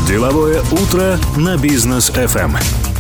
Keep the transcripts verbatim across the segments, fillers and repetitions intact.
Деловое утро на Бизнес эф эм.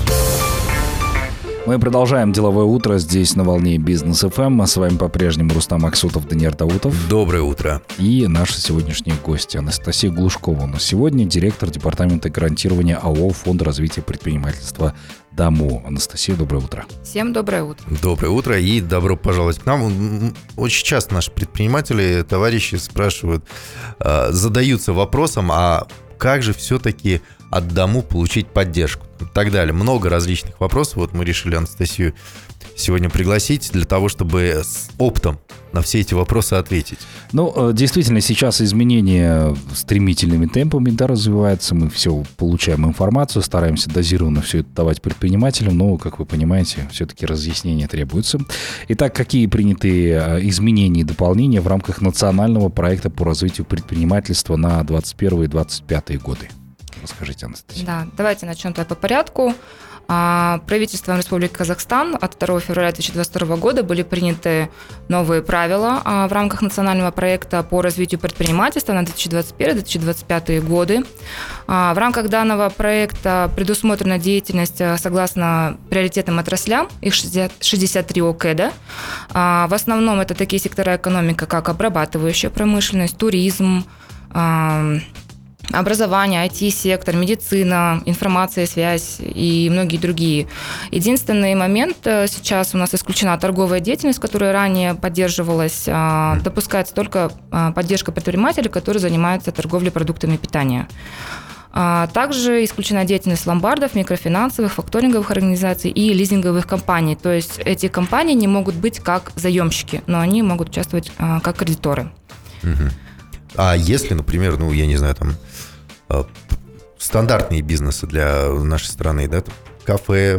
Мы продолжаем деловое утро здесь на волне Бизнес эф эм. А с вами по-прежнему Рустам Аксутов, Даниил Даутов. Доброе утро. И наши сегодняшние гости. Анастасия Глушкова у нас сегодня, директор департамента гарантирования АО «Фонд развития предпринимательства ДАМО». Анастасия, доброе утро. Всем доброе утро. Доброе утро и добро пожаловать к нам. Очень часто наши предприниматели, товарищи спрашивают, задаются вопросом, а как же все-таки от ДАМО получить поддержку и так далее. Много различных вопросов. Вот мы решили Анастасию сегодня пригласить для того, чтобы с оптом на все эти вопросы ответить. Ну, действительно, сейчас изменения стремительными темпами, да, развиваются. Мы все получаем информацию, стараемся дозированно все это давать предпринимателям, но, как вы понимаете, все-таки разъяснения требуются. Итак, какие приняты изменения и дополнения в рамках национального проекта по развитию предпринимательства на двадцать первый - двадцать пятый годы? Расскажите, Анастасия. Да, давайте начнем тогда по порядку. Правительством Республики Казахстан от второго февраля две тысячи двадцать второго года были приняты новые правила в рамках национального проекта по развитию предпринимательства на две тысячи двадцать первый - две тысячи двадцать пятый годы. В рамках данного проекта предусмотрена деятельность согласно приоритетным отраслям, их шестьдесят три ОКЭДа. В основном это такие сектора экономики, как обрабатывающая промышленность, туризм, образование, ай ти-сектор, медицина, информация, связь и многие другие. Единственный момент, сейчас у нас исключена торговая деятельность, которая ранее поддерживалась. Допускается только поддержка предпринимателей, которые занимаются торговлей продуктами питания. Также исключена деятельность ломбардов, микрофинансовых, факторинговых организаций и лизинговых компаний. То есть эти компании не могут быть как заемщики, но они могут участвовать как кредиторы. А если, например, ну, я не знаю, там стандартные бизнесы для нашей страны, да, кафе,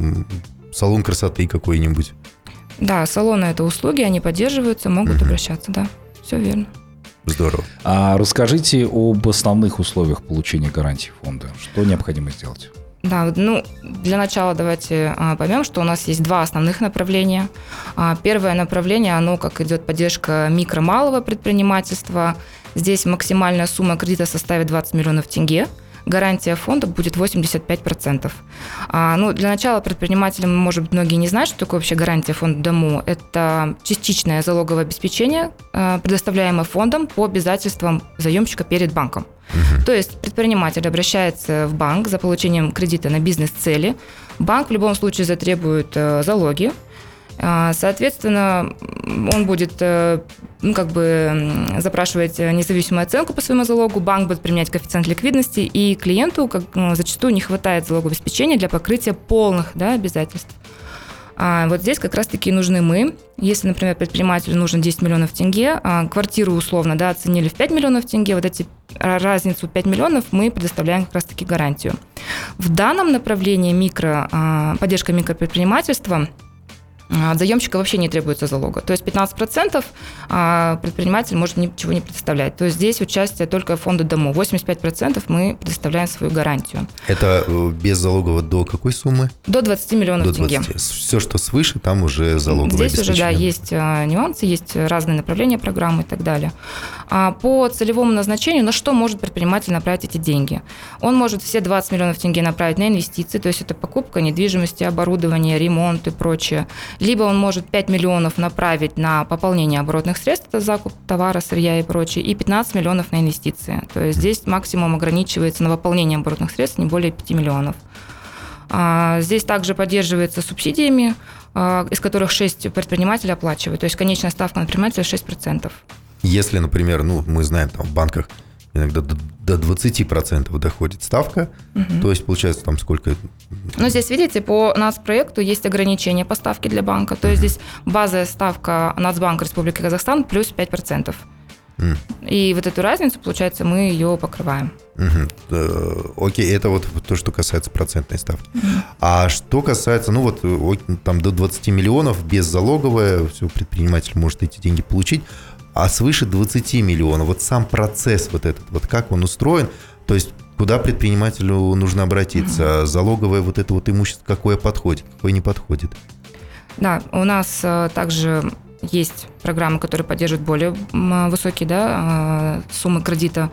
салон красоты какой-нибудь? Да, салоны – это услуги, они поддерживаются, могут угу. обращаться, да, все верно. Здорово. А расскажите об основных условиях получения гарантии фонда. Что необходимо сделать? Да, ну, для начала давайте а, поймем, что у нас есть два основных направления. А, первое направление, оно как идет поддержка микро-малого предпринимательства. Здесь максимальная сумма кредита составит двадцать миллионов тенге. Гарантия фонда будет восемьдесят пять процентов. А, ну, для начала предпринимателям, может быть, многие не знают, что такое вообще гарантия фонда ДАМО. Это частичное залоговое обеспечение, а, предоставляемое фондом по обязательствам заемщика перед банком. Угу. То есть предприниматель обращается в банк за получением кредита на бизнес-цели. Банк в любом случае затребует э, залоги. Э, соответственно, он будет э, ну, как бы запрашивать независимую оценку по своему залогу. Банк будет применять коэффициент ликвидности, и клиенту как, ну, зачастую не хватает залогового обеспечения для покрытия полных, да, обязательств. А вот здесь как раз-таки нужны мы. Если, например, предпринимателю нужно десять миллионов тенге, а квартиру условно, да, оценили в пять миллионов тенге, вот эти разницу пять миллионов мы предоставляем как раз-таки гарантию. В данном направлении микро, поддержка микропредпринимательства от заемщика вообще не требуется залога. То есть пятнадцать процентов предприниматель может ничего не предоставлять. То есть здесь участие только фонда ДАМО. восемьдесят пять процентов мы предоставляем свою гарантию. Это без залогового до какой суммы? До двадцать миллионов до двадцати. Тенге. Все, что свыше, там уже залоговое здесь обеспечение. Здесь уже, да, есть нюансы, есть разные направления программы и так далее. По целевому назначению, на что может предприниматель направить эти деньги? Он может все двадцать миллионов тенге направить на инвестиции, то есть это покупка недвижимости, оборудование, ремонт и прочее. Либо он может пять миллионов направить на пополнение оборотных средств, это закуп товара, сырья и прочее, и пятнадцать миллионов на инвестиции. То есть здесь максимум ограничивается на пополнение оборотных средств не более пяти миллионов. Здесь также поддерживается субсидиями, из которых шесть предпринимателей оплачивают. То есть конечная ставка на предпринимателя шесть процентов. Если, например, ну, мы знаем, там в банках иногда до двадцати процентов доходит ставка, угу. То есть получается там сколько? Ну, здесь, видите, по нацпроекту есть ограничения по ставке для банка. То есть угу. здесь базовая ставка Нацбанка Республики Казахстан плюс пять процентов. Угу. И вот эту разницу, получается, мы ее покрываем. Угу. Окей, это вот то, что касается процентной ставки. Угу. А что касается, ну вот там до двадцати миллионов беззалоговое, все, предприниматель может эти деньги получить. А свыше двадцати миллионов, вот сам процесс вот этот, вот как он устроен, то есть куда предпринимателю нужно обратиться, mm-hmm. залоговое вот это вот имущество, какое подходит, какое не подходит? Да, у нас также есть программы, которые поддерживают более высокие, да, суммы кредита.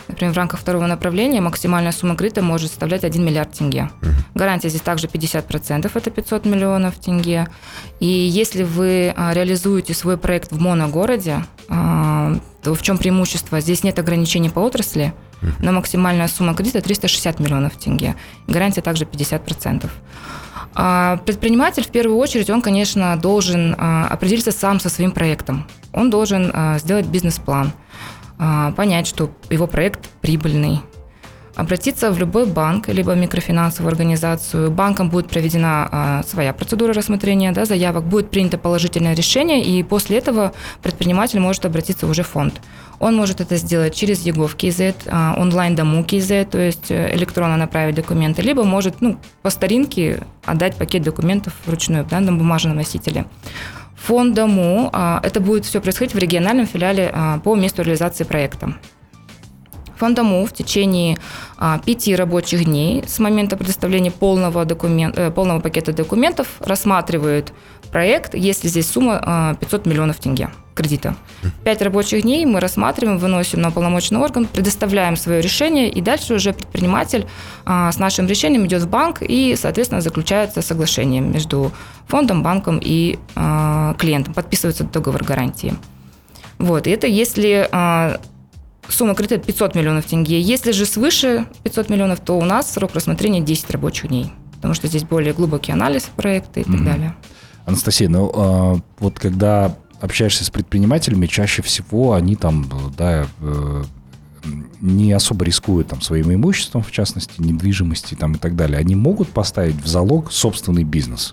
Например, в рамках второго направления максимальная сумма кредита может составлять один миллиард тенге. Uh-huh. Гарантия здесь также пятьдесят процентов, это пятьсот миллионов тенге. И если вы реализуете свой проект в моногороде, то в чем преимущество? Здесь нет ограничений по отрасли, uh-huh. но максимальная сумма кредита триста шестьдесят миллионов тенге. Гарантия также пятьдесят процентов. Предприниматель, в первую очередь, он, конечно, должен определиться сам со своим проектом. Он должен сделать бизнес-план, понять, что его проект прибыльный, обратиться в любой банк, либо микрофинансовую организацию. Банком будет проведена своя процедура рассмотрения, да, заявок, будет принято положительное решение, и после этого предприниматель может обратиться уже в фонд. Он может это сделать через ЕГОВ КИЗ, онлайн-дому КИЗ, то есть электронно направить документы, либо может, ну, по старинке отдать пакет документов вручную, да, на бумажном носителе. Фонд Дому, это будет все происходить в региональном филиале по месту реализации проекта. Фонд Дому в течение пяти рабочих дней с момента предоставления полного, документ, полного пакета документов рассматривает проект, если здесь сумма пятьсот миллионов тенге кредита. Пять рабочих дней мы рассматриваем, выносим на уполномоченный орган, предоставляем свое решение, и дальше уже предприниматель с нашим решением идет в банк, и, соответственно, заключается соглашение между фондом, банком и клиентом. Подписывается договор гарантии. Вот, и это если сумма кредита пятьсот миллионов тенге. Если же свыше пятьсот миллионов, то у нас срок рассмотрения десять рабочих дней, потому что здесь более глубокий анализ проекта и так mm-hmm. далее. Анастасия, ну а, вот когда общаешься с предпринимателями, чаще всего они там, да, э, не особо рискуют там своим имуществом, в частности, недвижимости там, и так далее. Они могут поставить в залог собственный бизнес?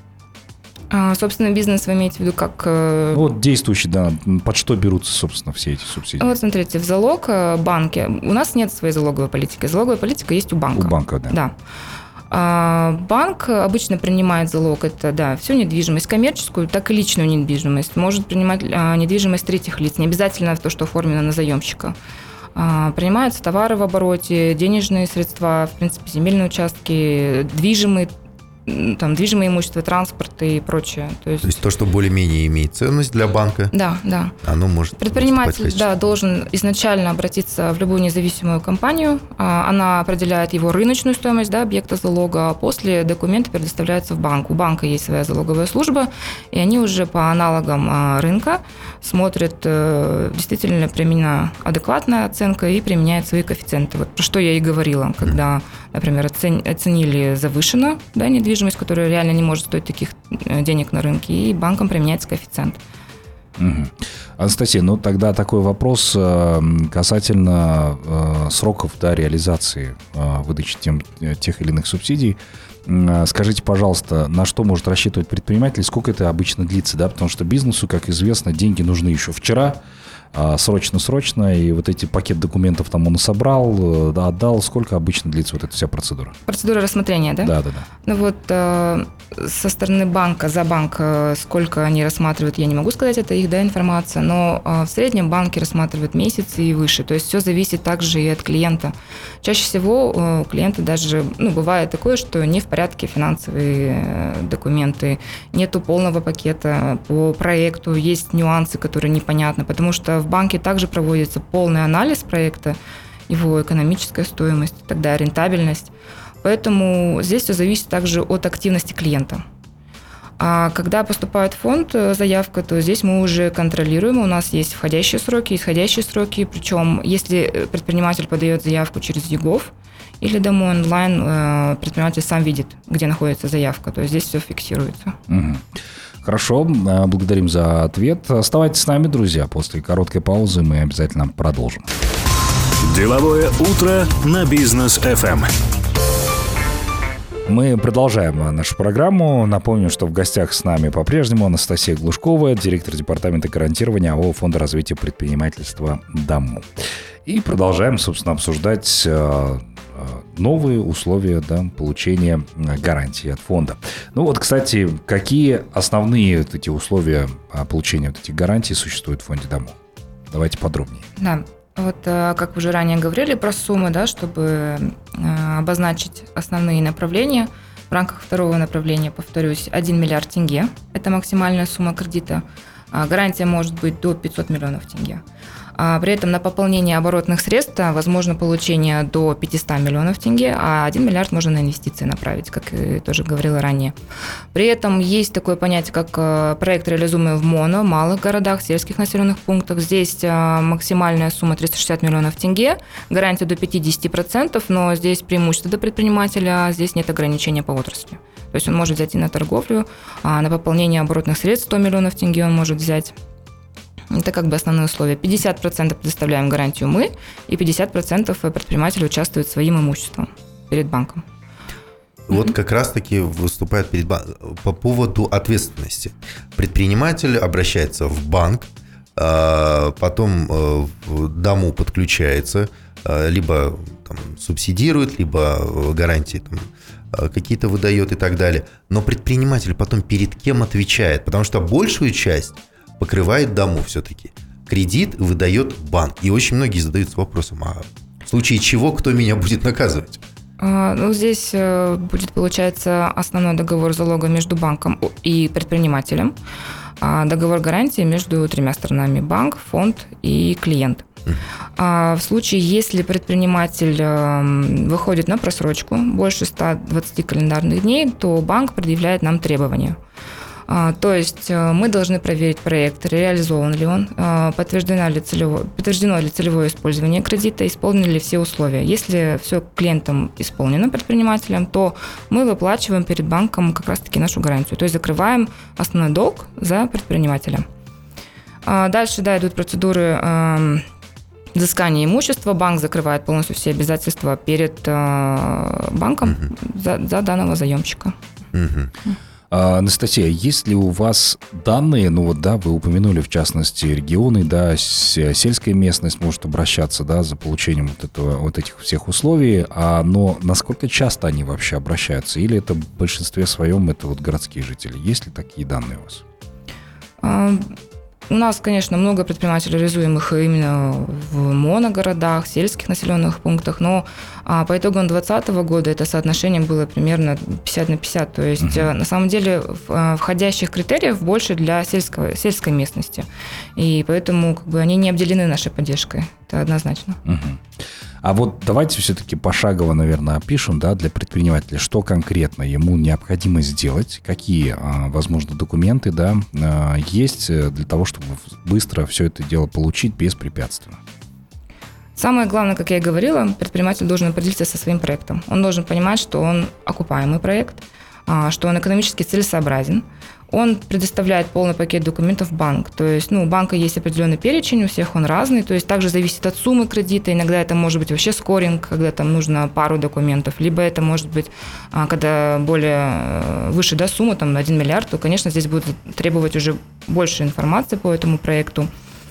А, собственный бизнес вы имеете в виду как... Ну, вот действующий, да, под что берутся, собственно, все эти субсидии? Вот смотрите, в залог банки... У нас нет своей залоговой политики. Залоговая политика есть у банка. У банка, да. Да. А банк обычно принимает залог, это, да, всю недвижимость, коммерческую, так и личную недвижимость. Может принимать а, недвижимость третьих лиц, не обязательно то, что оформлено на заемщика. А, принимаются товары в обороте, денежные средства, в принципе, земельные участки, движимые, там, движимое имущество, транспорт и прочее. То есть, то есть то, что более-менее имеет ценность для банка, да, да. оно может... Предприниматель, да, должен изначально обратиться в любую независимую компанию. Она определяет его рыночную стоимость, да, объекта залога, а после документы предоставляются в банк. У банка есть своя залоговая служба, и они уже по аналогам рынка смотрят, действительно ли применена адекватная оценка и применяют свои коэффициенты. Вот про что я и говорила, когда, например, оценили завышенно, да, недвижимость, которая реально не может стоить таких денег на рынке, и банком применяется коэффициент. Угу. Анастасия, ну тогда такой вопрос касательно э, сроков, да, реализации э, выдачи тем, тех или иных субсидий. Скажите, пожалуйста, на что может рассчитывать предприниматель, сколько это обычно длится, да, потому что бизнесу, как известно, деньги нужны еще вчера, срочно-срочно, и вот эти пакет документов там он собрал, да, отдал. Сколько обычно длится вот эта вся процедура? Процедура рассмотрения, да? Да, да, да. Ну вот э, со стороны банка, за банк, э, сколько они рассматривают, я не могу сказать, это их, да, информация, но э, в среднем банки рассматривают месяц и выше, то есть все зависит также и от клиента. Чаще всего э, у клиента даже, ну, бывает такое, что не в порядке финансовые э, документы, нету полного пакета по проекту, есть нюансы, которые непонятны, потому что в банке также проводится полный анализ проекта, его экономическая стоимость, тогда рентабельность. Поэтому здесь все зависит также от активности клиента. А когда поступает в фонд заявка, то здесь мы уже контролируем. У нас есть входящие сроки, исходящие сроки. Причем, если предприниматель подает заявку через ЕГОВ или домой онлайн, предприниматель сам видит, где находится заявка. То есть здесь все фиксируется. Угу. Хорошо, благодарим за ответ. Оставайтесь с нами, друзья. После короткой паузы мы обязательно продолжим. Деловое утро на Бизнес эф эм. Мы продолжаем нашу программу. Напомню, что в гостях с нами по-прежнему Анастасия Глушкова, директор департамента гарантирования АО Фонда развития предпринимательства «Дому». И продолжаем, собственно, обсуждать новые условия, да, получения гарантии от фонда. Ну вот, кстати, какие основные вот эти условия получения вот этих гарантий существуют в фонде «Дому»? Давайте подробнее. Да, вот как вы уже ранее говорили про суммы, да, чтобы обозначить основные направления. В рамках второго направления, повторюсь, один миллиард тенге. Это максимальная сумма кредита. Гарантия может быть до пятьсот миллионов тенге. При этом на пополнение оборотных средств возможно получение до пятьсот миллионов тенге, а один миллиард можно на инвестиции направить, как я тоже говорила ранее. При этом есть такое понятие, как проект, реализуемый в моно, малых городах, сельских населенных пунктах. Здесь максимальная сумма триста шестьдесят миллионов тенге, гарантия до пятьдесят процентов, но здесь преимущество для предпринимателя, здесь нет ограничения по отрасли. То есть он может взять и на торговлю, а на пополнение оборотных средств сто миллионов тенге он может взять. Это как бы основные условия. пятьдесят процентов предоставляем гарантию мы, и пятьдесят процентов предприниматель участвует своим имуществом перед банком. Вот как раз-таки выступает перед банком по поводу ответственности. Предприниматель обращается в банк, потом дому подключается, либо там, субсидирует, либо гарантии там, какие-то выдает и так далее. Но предприниматель потом перед кем отвечает? Потому что большую часть покрывает дому все-таки. Кредит выдает банк. И очень многие задаются вопросом, а в случае чего кто меня будет наказывать? Ну, здесь будет, получается, основной договор залога между банком и предпринимателем. Договор гарантии между тремя сторонами – банк, фонд и клиент. В случае, если предприниматель выходит на просрочку больше ста двадцати календарных дней, то банк предъявляет нам требования. То есть мы должны проверить проект, реализован ли он, подтверждено ли целевое, подтверждено ли целевое использование кредита, исполнены ли все условия. Если все клиентам исполнено, предпринимателем, то мы выплачиваем перед банком как раз-таки нашу гарантию. То есть закрываем основной долг за предпринимателя. Дальше да, идут процедуры взыскания имущества. Банк закрывает полностью все обязательства перед банком угу. за, за данного заемщика. Угу. Анастасия, есть ли у вас данные, ну вот да, вы упомянули в частности регионы, да, сельская местность может обращаться, да, за получением вот этого, вот этих всех условий, а, но насколько часто они вообще обращаются, или это в большинстве своем это вот городские жители? Есть ли такие данные у вас? У нас, конечно, много предпринимателей, реализуемых именно в моногородах, сельских населенных пунктах, но а, по итогам две тысячи двадцатого года это соотношение было примерно пятьдесят на пятьдесят. То есть, uh-huh. на самом деле, входящих критериев больше для сельского, сельской местности. И поэтому как бы, они не обделены нашей поддержкой. Это однозначно. Uh-huh. А вот давайте все-таки пошагово, наверное, опишем, да, для предпринимателя, что конкретно ему необходимо сделать, какие, возможно, документы, да, есть для того, чтобы быстро все это дело получить беспрепятственно. Самое главное, как я и говорила, предприниматель должен определиться со своим проектом. Он должен понимать, что он окупаемый проект, что он экономически целесообразен. Он предоставляет полный пакет документов в банк. То есть, ну, у банка есть определенный перечень, у всех он разный. То есть, также зависит от суммы кредита. Иногда это может быть вообще скоринг, когда там нужно пару документов. Либо это может быть, когда более выше, да, сумма, там, один миллиард, то, конечно, здесь будут требовать уже больше информации по этому проекту.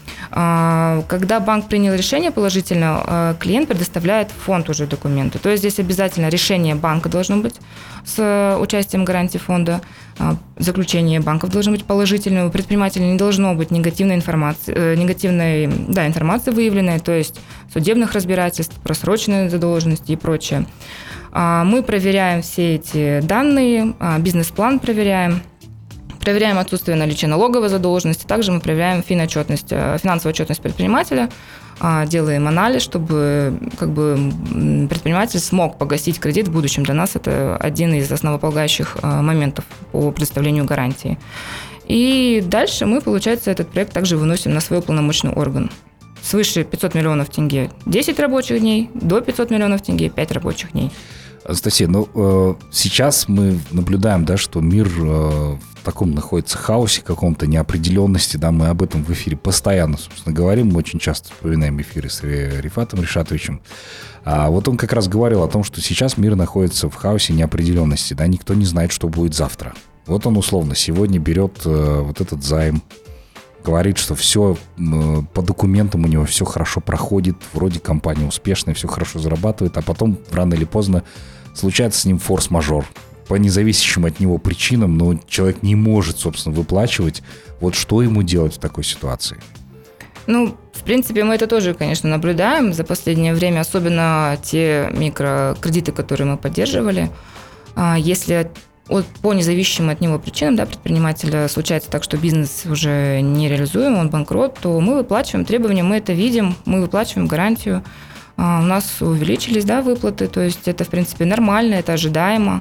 Когда банк принял решение положительно, клиент предоставляет в фонд уже документы. То есть здесь обязательно решение банка должно быть с участием гарантии фонда, заключение банков должно быть положительное, у предпринимателя не должно быть негативной информации, негативной, да, информации выявленной, то есть судебных разбирательств, просроченной задолженности и прочее. Мы проверяем все эти данные, бизнес-план проверяем. Проверяем отсутствие наличия налоговой задолженности. Также мы проверяем финотчетность, финансовую отчетность предпринимателя, делаем анализ, чтобы как бы, предприниматель смог погасить кредит в будущем. Для нас это один из основополагающих моментов по предоставлению гарантии. И дальше мы, получается, этот проект также выносим на свой уполномоченный орган. Свыше пятьсот миллионов тенге десять рабочих дней, до пятьсот миллионов тенге пять рабочих дней. Анастасия, ну э, сейчас мы наблюдаем, да, что мир э, в таком находится хаосе, каком-то неопределенности, да, мы об этом в эфире постоянно, собственно, говорим, мы очень часто вспоминаем эфиры с Рифатом Ришатовичем. А вот он как раз говорил о том, что сейчас мир находится в хаосе неопределенности, да, никто не знает, что будет завтра. Вот он условно сегодня берет э, вот этот займ, говорит, что все э, по документам у него все хорошо проходит, вроде компания успешная, все хорошо зарабатывает, а потом рано или поздно случается с ним форс-мажор. По независящим от него причинам, но человек не может, собственно, выплачивать. Вот что ему делать в такой ситуации? Ну, в принципе, мы это тоже, конечно, наблюдаем за последнее время, особенно те микрокредиты, которые мы поддерживали. Если от, по независимым от него причинам, да, предпринимателя случается так, что бизнес уже нереализуем, он банкрот, то мы выплачиваем требования, мы это видим, мы выплачиваем гарантию. У нас увеличились, да, выплаты, то есть это, в принципе, нормально, это ожидаемо.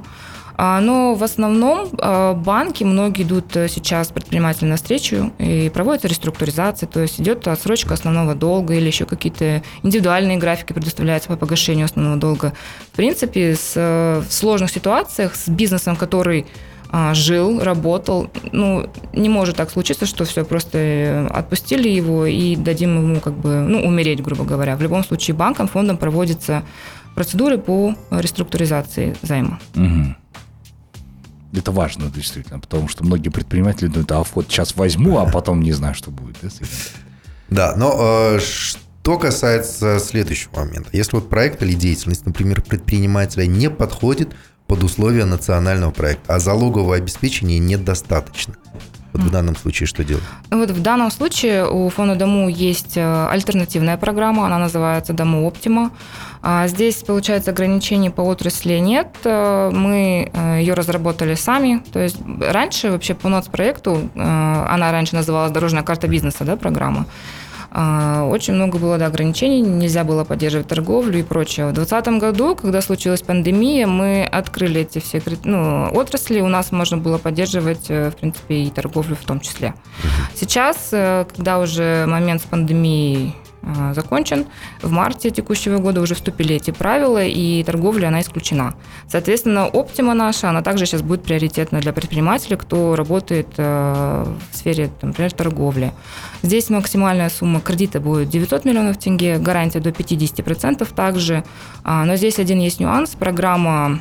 Но в основном банки, многие идут сейчас предпринимателям навстречу и проводятся реструктуризации, то есть идет отсрочка основного долга или еще какие-то индивидуальные графики предоставляются по погашению основного долга. В принципе, с, в сложных ситуациях с бизнесом, который жил, работал, ну, не может так случиться, что все, просто отпустили его и дадим ему как бы, ну, умереть, грубо говоря. В любом случае банком, фондом проводятся процедуры по реструктуризации займа. Угу. Это важно, действительно, потому что многие предприниматели думают, а вот сейчас возьму, а потом не знаю, что будет. Да, но э, что касается следующего момента. Если вот проект или деятельность, например, предпринимателя не подходит под условия национального проекта, а залогового обеспечения недостаточно. Вот в данном случае что делать? Вот в данном случае у фонда Дому есть альтернативная программа, она называется Дому Оптима. Здесь, получается, ограничений по отрасли нет, мы ее разработали сами. То есть раньше вообще по НОЦ-проекту, она раньше называлась «Дорожная карта бизнеса», да, программа, очень много было, да, ограничений, нельзя было поддерживать торговлю и прочее. В двадцатом году, когда случилась пандемия, мы открыли эти все, ну, отрасли, у нас можно было поддерживать, в принципе, и торговлю в том числе. Сейчас, когда уже момент с пандемией закончен, в марте текущего года уже вступили эти правила, и торговля, она исключена. Соответственно, Оптима наша, она также сейчас будет приоритетна для предпринимателей, кто работает в сфере, например, торговли. Здесь максимальная сумма кредита будет девятьсот миллионов тенге, гарантия до пятьдесят процентов также. Но здесь один есть нюанс. Программа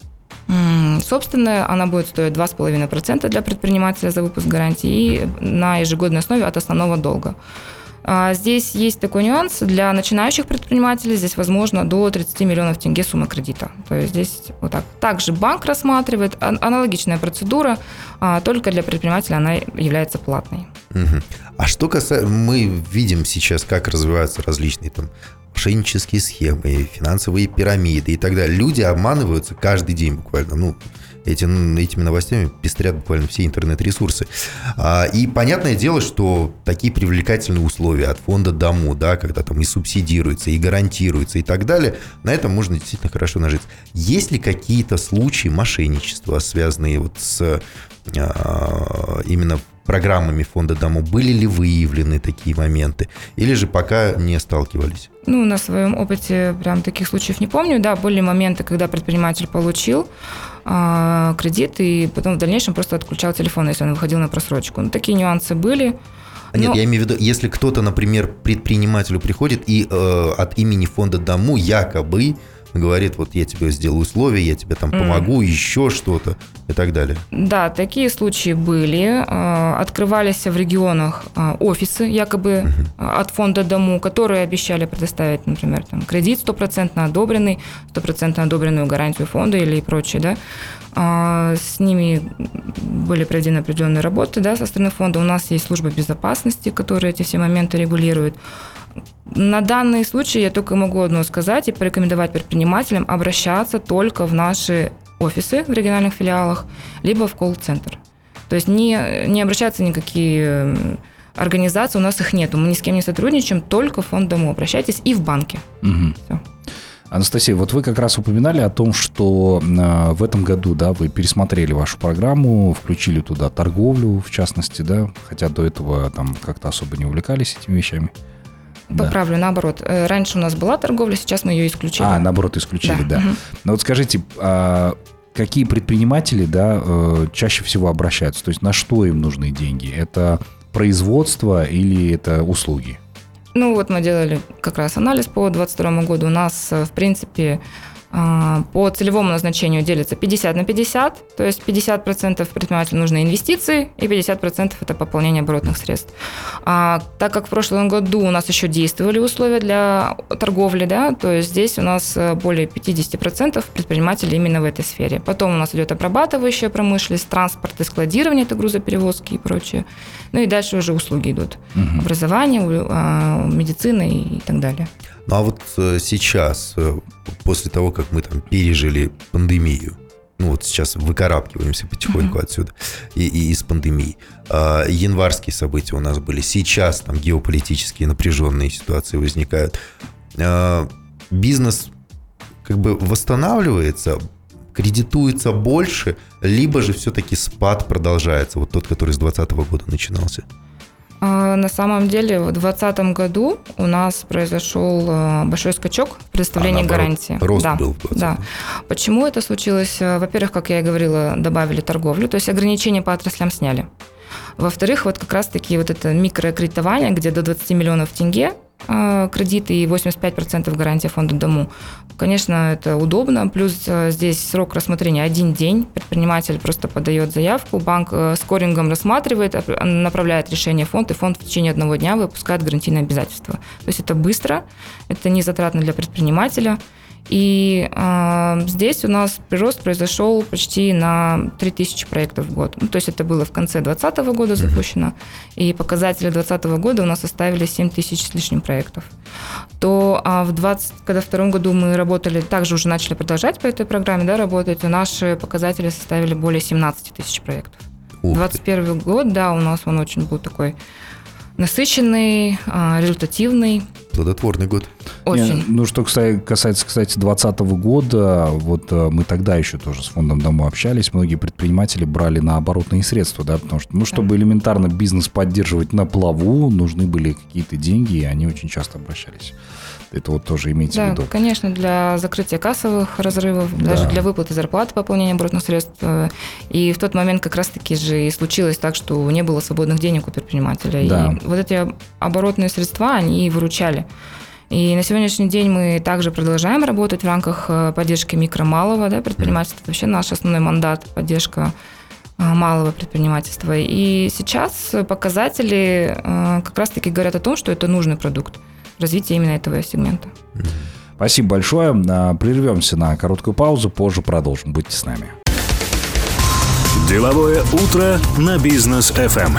собственная, она будет стоить два с половиной процента для предпринимателя за выпуск гарантии и на ежегодной основе от основного долга. Здесь есть такой нюанс. Для начинающих предпринимателей здесь возможно до тридцать миллионов тенге сумма кредита. То есть здесь вот так. Также банк рассматривает аналогичная процедура, только для предпринимателя она является платной. Угу. А что касается... Мы видим сейчас, как развиваются различные там мошеннические схемы, финансовые пирамиды и так далее. Люди обманываются каждый день буквально. Ну, эти, этими новостями пестрят буквально все интернет-ресурсы. И понятное дело, что такие привлекательные условия от фонда Дому, да, когда там и субсидируется, и гарантируется, и так далее, на этом можно действительно хорошо нажиться. Есть ли какие-то случаи мошенничества, связанные вот с а, именно программами фонда Дому? Были ли выявлены такие моменты? Или же пока не сталкивались? Ну, на своем опыте прям таких случаев не помню. Да, были моменты, когда предприниматель получил э, кредит и потом в дальнейшем просто отключал телефон, если он выходил на просрочку. Ну, такие нюансы были. Нет, но... я имею в виду, если кто-то, например, предпринимателю приходит и э, от имени фонда Дому якобы говорит, вот я тебе сделаю условия, я тебе там помогу, mm. еще что-то и так далее. Да, такие случаи были. Открывались в регионах офисы якобы uh-huh. от фонда Дому, которые обещали предоставить, например, там, кредит стопроцентно одобренный, стопроцентно одобренную гарантию фонда или и прочее, да. С ними были проведены определенные работы, да, со стороны фонда. У нас есть служба безопасности, которая эти все моменты регулирует. На данный случай я только могу одно сказать и порекомендовать предпринимателям обращаться только в наши офисы в региональных филиалах, либо в колл-центр. То есть не, не обращаться в никакие организации, у нас их нету, мы ни с кем не сотрудничаем, только в фонд Дому. Обращайтесь и в банке. Угу. Все. Анастасия, вот вы как раз упоминали о том, что э, в этом году, да, вы пересмотрели вашу программу, включили туда торговлю, в частности, да, хотя до этого там как-то особо не увлекались этими вещами. Поправлю, да. Наоборот. Раньше у нас была торговля, сейчас мы ее исключили. А, наоборот, исключили, да. да. Угу. Но вот скажите, а какие предприниматели, да, чаще всего обращаются? То есть на что им нужны деньги? Это производство или это услуги? Ну вот мы делали как раз анализ по двадцать второму году. У нас, в принципе, по целевому назначению делится пятьдесят на пятьдесят, то есть пятьдесят процентов предпринимателю нужны инвестиции и пятьдесят процентов это пополнение оборотных средств. А, так как в прошлом году у нас еще действовали условия для торговли, да, то есть здесь у нас более пятьдесят процентов предпринимателей именно в этой сфере. Потом у нас идет обрабатывающая промышленность, транспорт и складирование, это грузоперевозки и прочее. Ну и дальше уже услуги идут. Угу. Образование, медицина и так далее. Ну а вот сейчас, после того, как мы там пережили пандемию, ну вот сейчас выкарабкиваемся потихоньку mm-hmm. отсюда и, и из пандемии. А, январские события у нас были. Сейчас там геополитические напряженные ситуации возникают. А, бизнес как бы восстанавливается, кредитуется больше, либо же все-таки спад продолжается, вот тот, который с двадцатого года начинался? На самом деле в двадцатом году у нас произошел большой скачок в предоставлении а, гарантии. Рост да, был в двадцатом. Да. Почему это случилось? Во-первых, как я и говорила, добавили торговлю, то есть ограничения по отраслям сняли. Во-вторых, вот как раз-таки вот это микрокредитование, где до двадцать миллионов тенге кредиты и восемьдесят пять процентов гарантия фонда Дому. Конечно, это удобно. Плюс здесь срок рассмотрения один день. Предприниматель просто подает заявку, банк скорингом рассматривает, направляет решение в фонд, и фонд в течение одного дня выпускает гарантийное обязательство. То есть это быстро, это не затратно для предпринимателя. И э, здесь у нас прирост произошел почти на три тысячи проектов в год. Ну, то есть это было в конце двадцатого года запущено, и показатели двадцатого года у нас составили семь тысяч с лишним проектов. То а в двадцать втором году мы работали, также уже начали продолжать по этой программе, да, работать, и наши показатели составили более семнадцать тысяч проектов. двадцать первый год, да, у нас он очень был такой насыщенный, результативный. Плодотворный год. Очень. Не, ну, что касается, кстати, двадцатого года, вот мы тогда еще тоже с фондом Дому общались, многие предприниматели брали на оборотные средства, да, потому что, ну, чтобы элементарно бизнес поддерживать на плаву, нужны были какие-то деньги, и они очень часто обращались. Это вот тоже имейте да, в виду. Да, конечно, для закрытия кассовых разрывов, да. даже для выплаты зарплаты, пополнения оборотных средств. И в тот момент как раз-таки же и случилось так, что не было свободных денег у предпринимателя. Да. И вот эти оборотные средства, они и выручали. И на сегодняшний день мы также продолжаем работать в рамках поддержки микро-малого, да, предпринимательства. Это вообще наш основной мандат – поддержка малого предпринимательства. И сейчас показатели как раз-таки говорят о том, что это нужный продукт. Развитие именно этого сегмента. Спасибо большое. Прервемся на короткую паузу, позже продолжим. Будьте с нами. Деловое утро на Бизнес эф эм.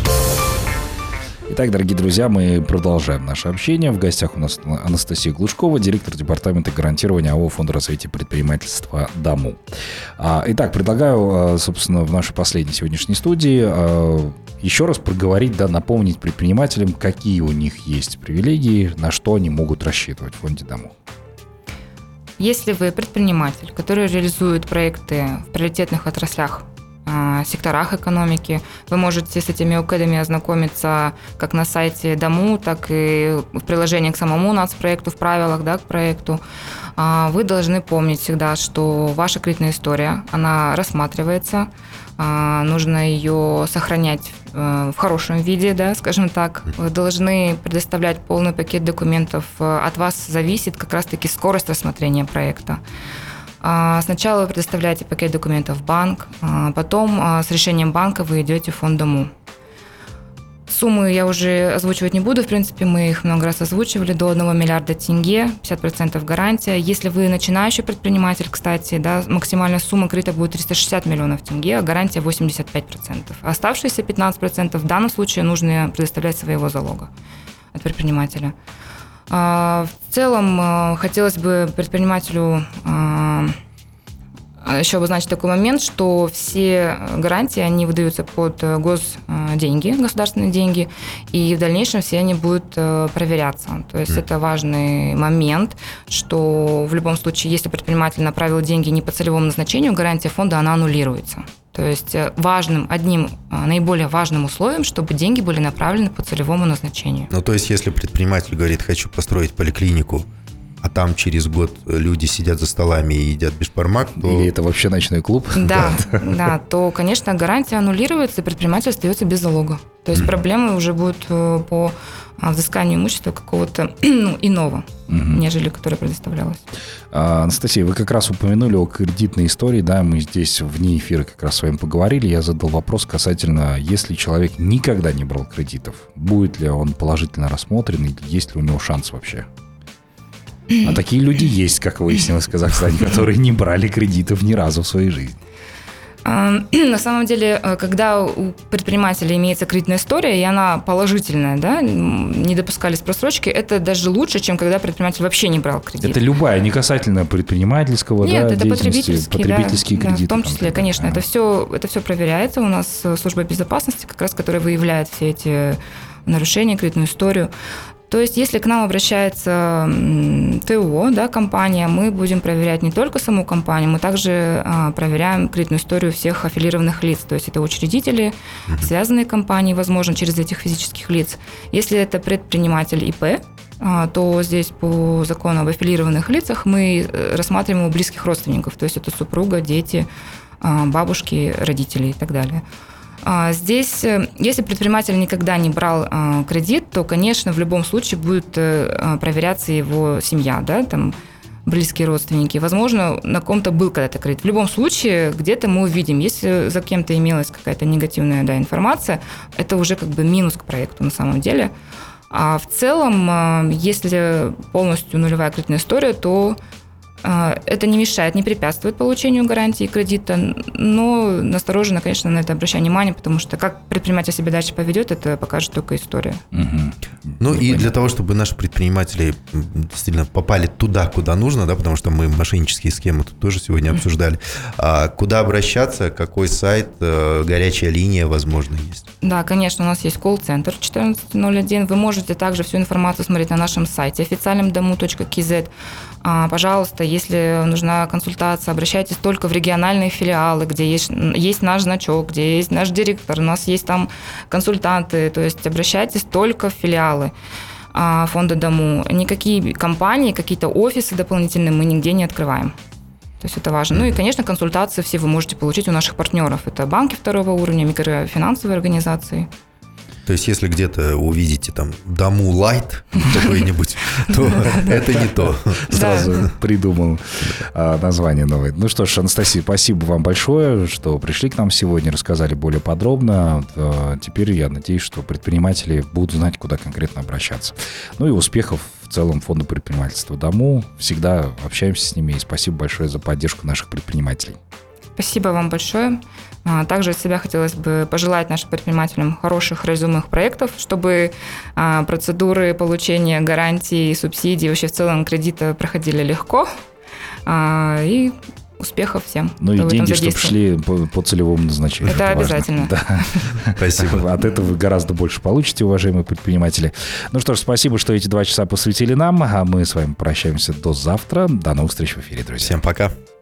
Итак, дорогие друзья, мы продолжаем наше общение. В гостях у нас Анастасия Глушкова, директор департамента гарантирования АО Фонда развития предпринимательства «Дому». Итак, предлагаю, собственно, в нашей последней сегодняшней студии еще раз проговорить, да, напомнить предпринимателям, какие у них есть привилегии, на что они могут рассчитывать в Фонде «Дому». Если вы предприниматель, который реализует проекты в приоритетных отраслях, секторах экономики. Вы можете с этими ОКЭДами ознакомиться как на сайте Дому, так и в приложении к самому нацпроекту, в правилах, да, к проекту. Вы должны помнить всегда, что ваша кредитная история, она рассматривается, нужно ее сохранять в хорошем виде, да, скажем так. Вы должны предоставлять полный пакет документов. От вас зависит как раз-таки скорость рассмотрения проекта. Сначала вы предоставляете пакет документов в банк, потом с решением банка вы идете в фонд Дому. Суммы я уже озвучивать не буду, в принципе, мы их много раз озвучивали, до одного миллиарда тенге, пятьдесят процентов гарантия. Если вы начинающий предприниматель, кстати, да, максимальная сумма кредита будет триста шестьдесят миллионов тенге, а гарантия восемьдесят пять процентов. Оставшиеся пятнадцать процентов в данном случае нужно предоставлять своего залога от предпринимателя. В целом, хотелось бы предпринимателю еще обозначить такой момент, что все гарантии, они выдаются под госденьги, государственные деньги, и в дальнейшем все они будут проверяться. То есть mm. это важный момент, что в любом случае, если предприниматель направил деньги не по целевому назначению, гарантия фонда, она аннулируется. То есть важным, одним наиболее важным условием, чтобы деньги были направлены по целевому назначению. Ну, то есть, если предприниматель говорит, хочу построить поликлинику, а там через год люди сидят за столами и едят бешбармак, то... Или это вообще ночной клуб? Да, да, то, конечно, гарантия аннулируется, и предприниматель остается без залога. То есть проблемы уже будут по взысканию имущества какого-то ну, иного, mm-hmm. нежели которое предоставлялось. А, Анастасия, вы как раз упомянули о кредитной истории, да, мы здесь вне эфира как раз с вами поговорили, я задал вопрос касательно, если человек никогда не брал кредитов, будет ли он положительно рассмотрен, и есть ли у него шанс вообще? А такие люди есть, как выяснилось в Казахстане, которые не брали кредитов ни разу в своей жизни. На самом деле, когда у предпринимателя имеется кредитная история, и она положительная, да, не допускались просрочки, это даже лучше, чем когда предприниматель вообще не брал кредит. Это любая, не касательно предпринимательского, Нет, да, это потребительские, потребительские да, кредиты. да, в том числе, там, конечно, да. это все, это все проверяется. У нас служба безопасности, как раз, которая выявляет все эти нарушения, кредитную историю. То есть, если к нам обращается ТО, да, компания, мы будем проверять не только саму компанию, мы также а, проверяем кредитную историю всех аффилированных лиц. То есть, это учредители, mm-hmm. связанные компании, возможно, через этих физических лиц. Если это предприниматель ИП, а, то здесь по закону об аффилированных лицах мы рассматриваем его близких родственников. То есть, это супруга, дети, а, бабушки, родители и так далее. Здесь, если предприниматель никогда не брал кредит, то, конечно, в любом случае будет проверяться его семья, да, там, близкие родственники. Возможно, на ком-то был когда-то кредит. В любом случае, где-то мы увидим, если за кем-то имелась какая-то негативная, да, информация, это уже как бы минус к проекту на самом деле. А в целом, если полностью нулевая кредитная история, то это не мешает, не препятствует получению гарантии кредита, но настороженно, конечно, на это обращаю внимание, потому что как предприниматель себя дальше поведет, это покажет только история. Угу. Ну и для того, чтобы наши предприниматели действительно попали туда, куда нужно, да, потому что мы мошеннические схемы тут тоже сегодня обсуждали, а куда обращаться, какой сайт, горячая линия, возможно, есть? Да, конечно, у нас есть колл-центр четырнадцать ноль один. Вы можете также всю информацию смотреть на нашем сайте официальном дому точка кей зет. Пожалуйста, если нужна консультация, обращайтесь только в региональные филиалы, где есть, есть наш значок, где есть наш директор, у нас есть там консультанты, то есть обращайтесь только в филиалы фонда Дому. Никакие компании, какие-то офисы дополнительные мы нигде не открываем. То есть это важно. Ну и, конечно, консультации все вы можете получить у наших партнеров. Это банки второго уровня, микрофинансовые организации. То есть, если где-то увидите там Дому Лайт какой-нибудь, то это не то. Сразу придумал название новое. Ну что ж, Анастасия, спасибо вам большое, что пришли к нам сегодня, рассказали более подробно. Теперь я надеюсь, что предприниматели будут знать, куда конкретно обращаться. Ну и успехов в целом Фонду предпринимательства Дому. Всегда общаемся с ними. И спасибо большое за поддержку наших предпринимателей. Спасибо вам большое. Также от себя хотелось бы пожелать нашим предпринимателям хороших реализуемых проектов, чтобы процедуры получения гарантий, субсидий, вообще в целом кредита проходили легко. И успехов всем. Ну и деньги, чтобы шли по, по целевому назначению. Это, это обязательно. Да. Спасибо. От этого вы гораздо больше получите, уважаемые предприниматели. Ну что ж, спасибо, что эти два часа посвятили нам. А мы с вами прощаемся до завтра. До новых встреч в эфире, друзья. Всем пока.